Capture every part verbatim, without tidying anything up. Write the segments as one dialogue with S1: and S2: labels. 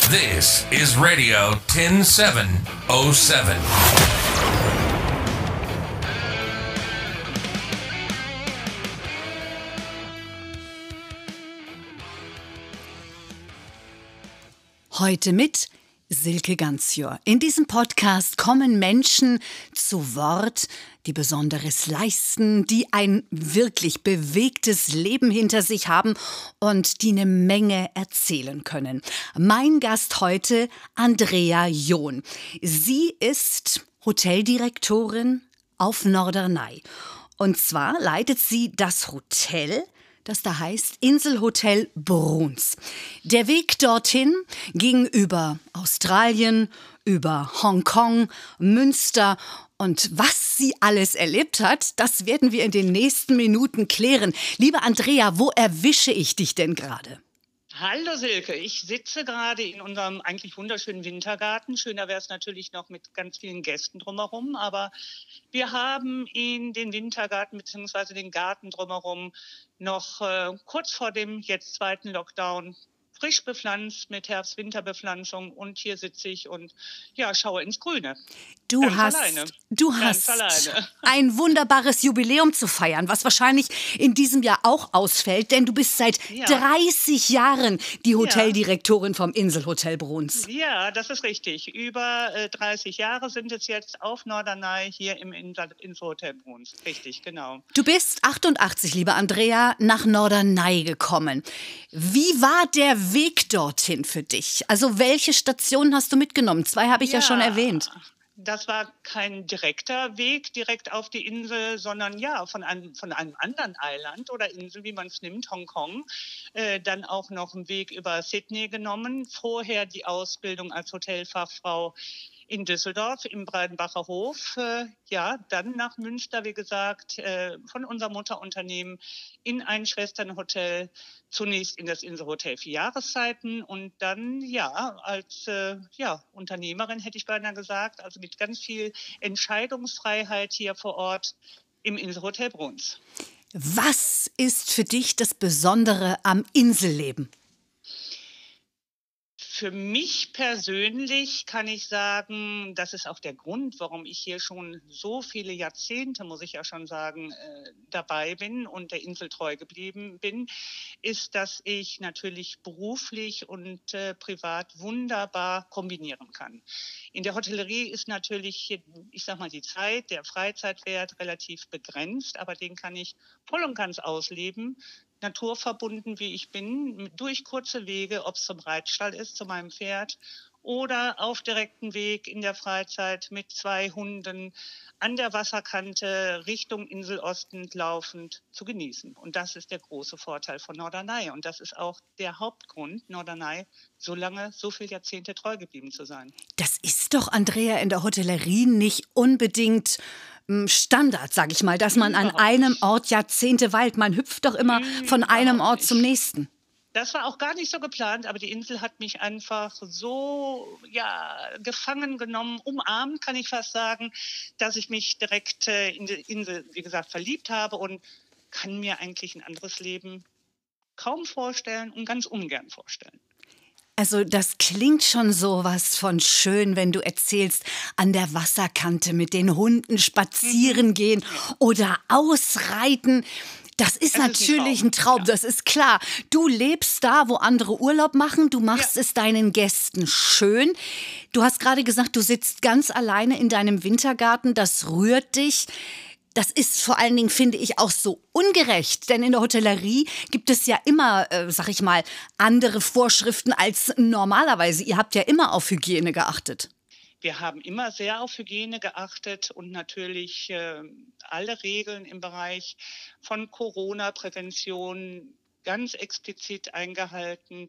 S1: This is Radio one oh seven oh seven.
S2: Heute mit Silke Ganzjör. In diesem Podcast kommen Menschen zu Wort, die Besonderes leisten, die ein wirklich bewegtes Leben hinter sich haben und die eine Menge erzählen können. Mein Gast heute, Andrea John. Sie ist Hoteldirektorin auf Norderney. Und zwar leitet sie das Hotel, das da heißt Inselhotel Bruns. Der Weg dorthin ging über Australien, über Hongkong, Münster. Und was sie alles erlebt hat, das werden wir in den nächsten Minuten klären. Liebe Andrea, wo erwische ich dich denn gerade?
S3: Hallo Silke, ich sitze gerade in unserem eigentlich wunderschönen Wintergarten. Schöner wäre es natürlich noch mit ganz vielen Gästen drumherum, aber wir haben in den Wintergarten bzw. den Garten drumherum noch äh, kurz vor dem jetzt zweiten Lockdown frisch bepflanzt mit Herbst-Winter-Bepflanzung, und hier sitze ich und ja, schaue ins Grüne.
S2: Du
S3: Ganz
S2: hast,
S3: alleine.
S2: du
S3: Ganz
S2: hast
S3: alleine.
S2: ein wunderbares Jubiläum zu feiern, was wahrscheinlich in diesem Jahr auch ausfällt, denn du bist seit
S3: Ja.
S2: dreißig Jahren die Hoteldirektorin vom Inselhotel Bruns.
S3: Ja, das ist richtig. Über äh, dreißig Jahre sind es jetzt auf Norderney hier im Insel- Inselhotel Bruns. Richtig, genau.
S2: Du bist achtundachtzig, liebe Andrea, nach Norderney gekommen. Wie war der Weg dorthin für dich? Also welche Stationen hast du mitgenommen? Zwei habe ich ja, ja schon erwähnt.
S3: Das war kein direkter Weg direkt auf die Insel, sondern ja, von einem, von einem anderen Eiland oder Insel, wie man es nimmt, Hongkong. Äh, dann auch noch einen Weg über Sydney genommen. Vorher die Ausbildung als Hotelfachfrau in Düsseldorf im Breidenbacher Hof. Äh, ja, dann nach Münster, wie gesagt, äh, von unserem Mutterunternehmen in ein Schwesternhotel, zunächst in das Inselhotel für Jahreszeiten und dann, ja, als äh, ja, Unternehmerin, hätte ich beinahe gesagt, also mit ganz viel Entscheidungsfreiheit hier vor Ort im Inselhotel Bruns.
S2: Was ist für dich das Besondere am Inselleben?
S3: Für mich persönlich kann ich sagen, das ist auch der Grund, warum ich hier schon so viele Jahrzehnte, muss ich ja schon sagen, äh, dabei bin und der Insel treu geblieben bin, ist, dass ich natürlich beruflich und äh, privat wunderbar kombinieren kann. In der Hotellerie ist natürlich, ich sag mal, die Zeit, der Freizeitwert relativ begrenzt, aber den kann ich voll und ganz ausleben. Naturverbunden, wie ich bin, durch kurze Wege, ob es zum Reitstall ist, zu meinem Pferd, oder auf direktem Weg in der Freizeit mit zwei Hunden an der Wasserkante Richtung Inselosten laufend zu genießen. Und das ist der große Vorteil von Norderney. Und das ist auch der Hauptgrund, Norderney so lange, so viele Jahrzehnte treu geblieben zu sein.
S2: Das ist doch, Andrea, in der Hotellerie nicht unbedingt Standard, sag ich mal, dass man an einem Ort Jahrzehnte weilt. Man hüpft doch immer von einem Ort zum nächsten.
S3: Das war auch gar nicht so geplant, aber die Insel hat mich einfach so ja, gefangen genommen, umarmt, kann ich fast sagen, dass ich mich direkt äh, in die Insel, wie gesagt, verliebt habe und kann mir eigentlich ein anderes Leben kaum vorstellen und ganz ungern vorstellen.
S2: Also das klingt schon so was von schön, wenn du erzählst, an der Wasserkante mit den Hunden spazieren gehen oder ausreiten. Das ist das natürlich ist ein Traum, ein Traum. Ja. Das ist klar. Du lebst da, wo andere Urlaub machen. Du machst ja. es deinen Gästen schön. Du hast gerade gesagt, du sitzt ganz alleine in deinem Wintergarten. Das rührt dich. Das ist vor allen Dingen, finde ich, auch so ungerecht. Denn in der Hotellerie gibt es ja immer, äh, sag ich mal, andere Vorschriften als normalerweise. Ihr habt ja immer auf Hygiene geachtet.
S3: Wir haben immer sehr auf Hygiene geachtet und natürlich äh, alle Regeln im Bereich von Corona-Prävention ganz explizit eingehalten.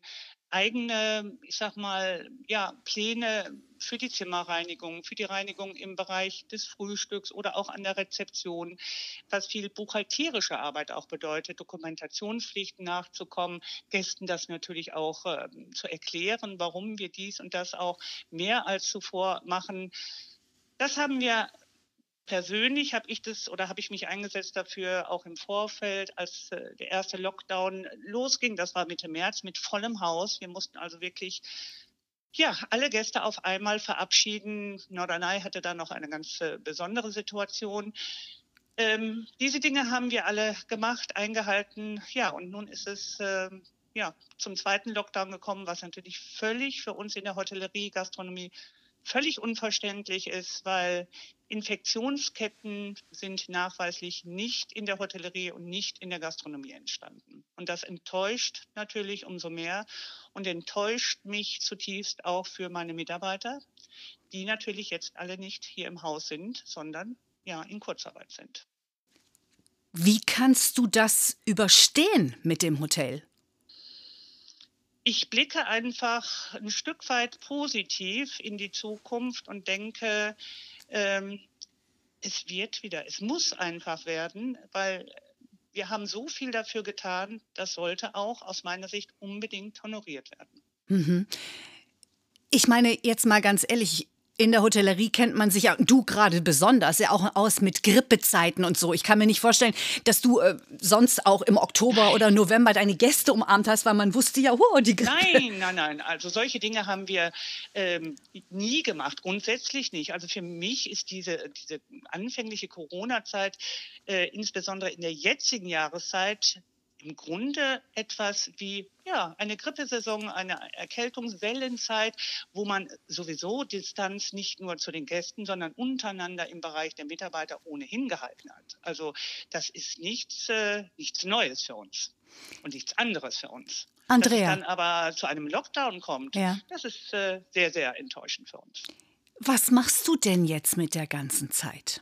S3: Eigene, ich sag mal, ja, Pläne für die Zimmerreinigung, für die Reinigung im Bereich des Frühstücks oder auch an der Rezeption, was viel buchhalterische Arbeit auch bedeutet, Dokumentationspflichten nachzukommen, Gästen das natürlich auch äh, zu erklären, warum wir dies und das auch mehr als zuvor machen. Das haben wir Persönlich habe ich das oder habe ich mich eingesetzt dafür, auch im Vorfeld, als äh, der erste Lockdown losging. Das war Mitte März mit vollem Haus. Wir mussten also wirklich Ja, alle Gäste auf einmal verabschieden. Norderney hatte da noch eine ganz äh, besondere Situation. Ähm, diese Dinge haben wir alle gemacht, eingehalten. Ja, und nun ist es ähm, ja, zum zweiten Lockdown gekommen, was natürlich völlig für uns in der Hotellerie, Gastronomie völlig unverständlich ist, weil Infektionsketten sind nachweislich nicht in der Hotellerie und nicht in der Gastronomie entstanden. Und das enttäuscht natürlich umso mehr und enttäuscht mich zutiefst auch für meine Mitarbeiter, die natürlich jetzt alle nicht hier im Haus sind, sondern ja in Kurzarbeit sind.
S2: Wie kannst du das überstehen mit dem Hotel?
S3: Ich blicke einfach ein Stück weit positiv in die Zukunft und denke, ähm, es wird wieder, es muss einfach werden, weil wir haben so viel dafür getan, das sollte auch aus meiner Sicht unbedingt honoriert werden.
S2: Mhm. Ich meine, jetzt mal ganz ehrlich, in der Hotellerie kennt man sich ja, du gerade besonders, ja auch aus mit Grippezeiten und so. Ich kann mir nicht vorstellen, dass du äh, sonst auch im Oktober oder November deine Gäste umarmt hast, weil man wusste ja, oh, die Grippe.
S3: Nein, nein, nein. Also solche Dinge haben wir ähm, nie gemacht, grundsätzlich nicht. Also für mich ist diese, diese anfängliche Corona-Zeit, äh, insbesondere in der jetzigen Jahreszeit, im Grunde etwas wie ja, eine Grippesaison, eine Erkältungswellenzeit, wo man sowieso Distanz nicht nur zu den Gästen, sondern untereinander im Bereich der Mitarbeiter ohnehin gehalten hat. Also das ist nichts, äh, nichts Neues für uns und nichts anderes für uns.
S2: Andrea.
S3: Dass es dann aber zu einem Lockdown kommt,
S2: ja.
S3: Das ist äh, sehr, sehr enttäuschend für uns.
S2: Was machst du denn jetzt mit der ganzen Zeit?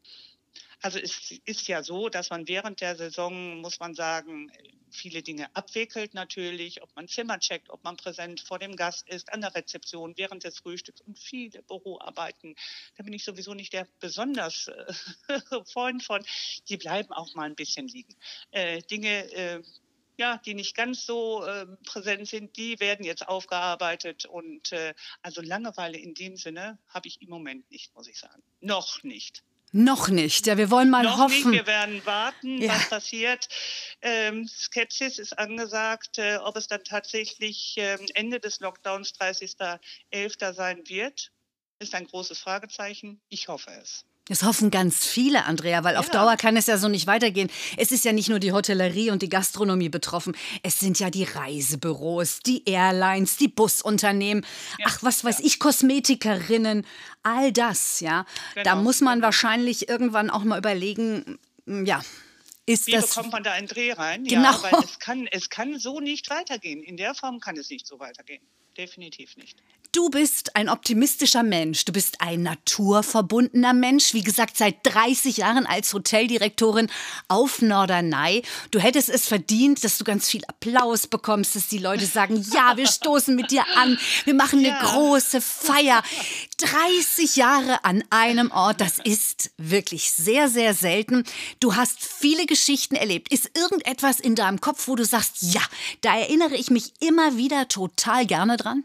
S3: Also es ist ja so, dass man während der Saison, muss man sagen, viele Dinge abwickelt natürlich, ob man Zimmer checkt, ob man präsent vor dem Gast ist, an der Rezeption, während des Frühstücks und viele Büroarbeiten. Da bin ich sowieso nicht der besonders äh, Freund von. Die bleiben auch mal ein bisschen liegen. Äh, Dinge, äh, ja, die nicht ganz so äh, präsent sind, die werden jetzt aufgearbeitet. Und äh, also Langeweile in dem Sinne habe ich im Moment nicht, muss ich sagen. Noch nicht.
S2: Noch nicht. Ja, wir wollen mal
S3: Noch
S2: hoffen.
S3: Nicht. Wir werden warten,
S2: ja.
S3: was passiert. Ähm, Skepsis ist angesagt, äh, ob es dann tatsächlich äh, Ende des Lockdowns dreißigster elfter sein wird. Ist ein großes Fragezeichen. Ich hoffe es.
S2: Das hoffen ganz viele, Andrea, weil ja. auf Dauer kann es ja so nicht weitergehen. Es ist ja nicht nur die Hotellerie und die Gastronomie betroffen. Es sind ja die Reisebüros, die Airlines, die Busunternehmen. Ja. Ach, was weiß ja. ich, Kosmetikerinnen, all das, ja. Genau. Da muss man genau. wahrscheinlich irgendwann auch mal überlegen, ja, ist
S3: Wie
S2: das...
S3: bekommt man da einen Dreh rein?
S2: Genau.
S3: Ja, weil es kann, es kann so nicht weitergehen. In der Form kann es nicht so weitergehen. Definitiv nicht.
S2: Du bist ein optimistischer Mensch, du bist ein naturverbundener Mensch, wie gesagt, seit dreißig Jahren als Hoteldirektorin auf Norderney. Du hättest es verdient, dass du ganz viel Applaus bekommst, dass die Leute sagen, ja, wir stoßen mit dir an, wir machen eine ja. große Feier. dreißig Jahre an einem Ort, das ist wirklich sehr, sehr selten. Du hast viele Geschichten erlebt. Ist irgendetwas in deinem Kopf, wo du sagst, ja, da erinnere ich mich immer wieder total gerne dran?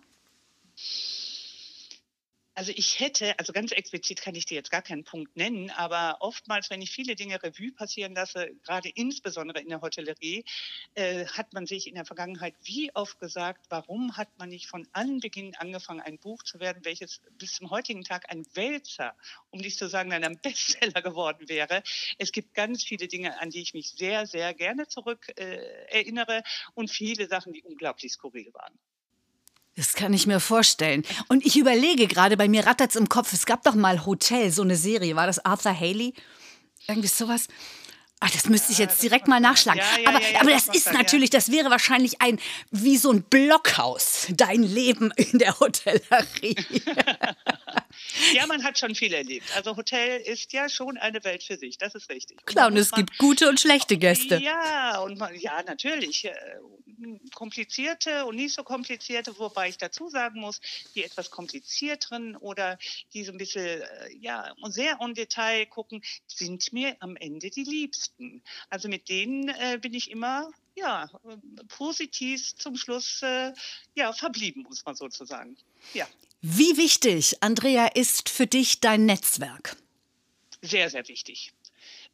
S3: Also ich hätte, also ganz explizit kann ich dir jetzt gar keinen Punkt nennen, aber oftmals, wenn ich viele Dinge Revue passieren lasse, gerade insbesondere in der Hotellerie, äh, hat man sich in der Vergangenheit wie oft gesagt, warum hat man nicht von Anbeginn angefangen, ein Buch zu werden, welches bis zum heutigen Tag ein Wälzer, um nicht zu sagen, ein Bestseller geworden wäre. Es gibt ganz viele Dinge, an die ich mich sehr, sehr gerne zurück äh, erinnere und viele Sachen, die unglaublich skurril waren.
S2: Das kann ich mir vorstellen. Und ich überlege gerade, bei mir rattert's im Kopf, es gab doch mal Hotel, so eine Serie, war das Arthur Haley? Irgendwie sowas? Ach, das müsste ich jetzt direkt mal nachschlagen.
S3: Ja, ja,
S2: aber
S3: ja, ja,
S2: aber
S3: das
S2: das ist
S3: dann,
S2: natürlich,
S3: ja.
S2: das wäre wahrscheinlich ein, wie so ein Blockhaus, dein Leben in der Hotellerie.
S3: Ja, man hat schon viel erlebt. Also Hotel ist ja schon eine Welt für sich, das ist richtig.
S2: Klar, und es
S3: man,
S2: gibt gute und schlechte Gäste.
S3: Ja, und man, ja, natürlich. Komplizierte und nicht so komplizierte, wobei ich dazu sagen muss, die etwas komplizierteren oder die so ein bisschen, ja, sehr en Detail gucken, sind mir am Ende die Liebsten. Also mit denen äh, bin ich immer, ja, positiv zum Schluss, äh, ja, verblieben, muss man sozusagen. Ja.
S2: Wie wichtig, Andrea, ist für dich dein Netzwerk?
S3: Sehr, sehr wichtig.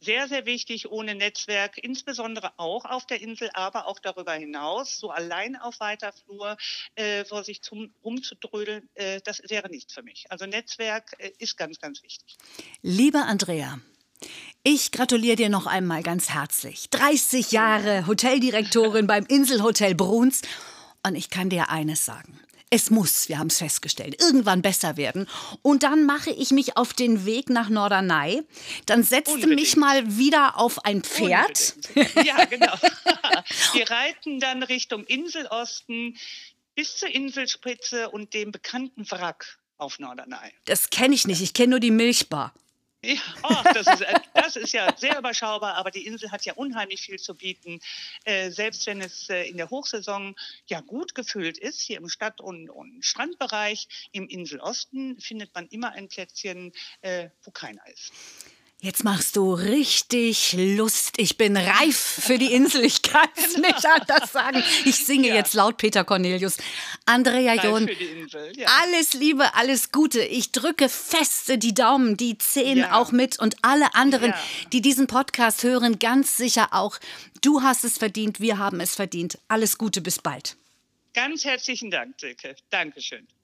S3: sehr, sehr wichtig, ohne Netzwerk, insbesondere auch auf der Insel, aber auch darüber hinaus, so allein auf weiter Flur äh, vor sich zum, rumzudrödeln, äh, das wäre nichts für mich. Also Netzwerk äh, ist ganz, ganz wichtig.
S2: Liebe Andrea, ich gratuliere dir noch einmal ganz herzlich. dreißig Jahre Hoteldirektorin beim Inselhotel Bruns. Und ich kann dir eines sagen. Es muss, wir haben es festgestellt, irgendwann besser werden. Und dann mache ich mich auf den Weg nach Norderney. Dann setzt du
S3: Unbedingt.
S2: mich mal wieder auf ein Pferd.
S3: Unbedingt. Ja, genau. Wir reiten dann Richtung Inselosten bis zur Inselspitze und dem bekannten Wrack auf Norderney.
S2: Das kenne ich nicht, ich kenne nur die Milchbar.
S3: Ja, oh, das, ist, das ist ja sehr überschaubar, aber die Insel hat ja unheimlich viel zu bieten. Äh, selbst wenn es äh, in der Hochsaison ja gut gefüllt ist, hier im Stadt- und, und Strandbereich, im Inselosten findet man immer ein Plätzchen, äh, wo keiner ist.
S2: Jetzt machst du richtig Lust. Ich bin reif für die Insel. Ich kann es nicht anders sagen. Ich singe
S3: Ja.
S2: jetzt laut Peter Cornelius. Andrea
S3: Reif
S2: John,
S3: für die Insel, ja.
S2: alles Liebe, alles Gute. Ich drücke feste die Daumen, die Zehen
S3: Ja.
S2: auch mit und alle anderen,
S3: Ja.
S2: die diesen Podcast hören, ganz sicher auch. Du hast es verdient, wir haben es verdient. Alles Gute, bis bald.
S3: Ganz herzlichen Dank, Silke. Dankeschön.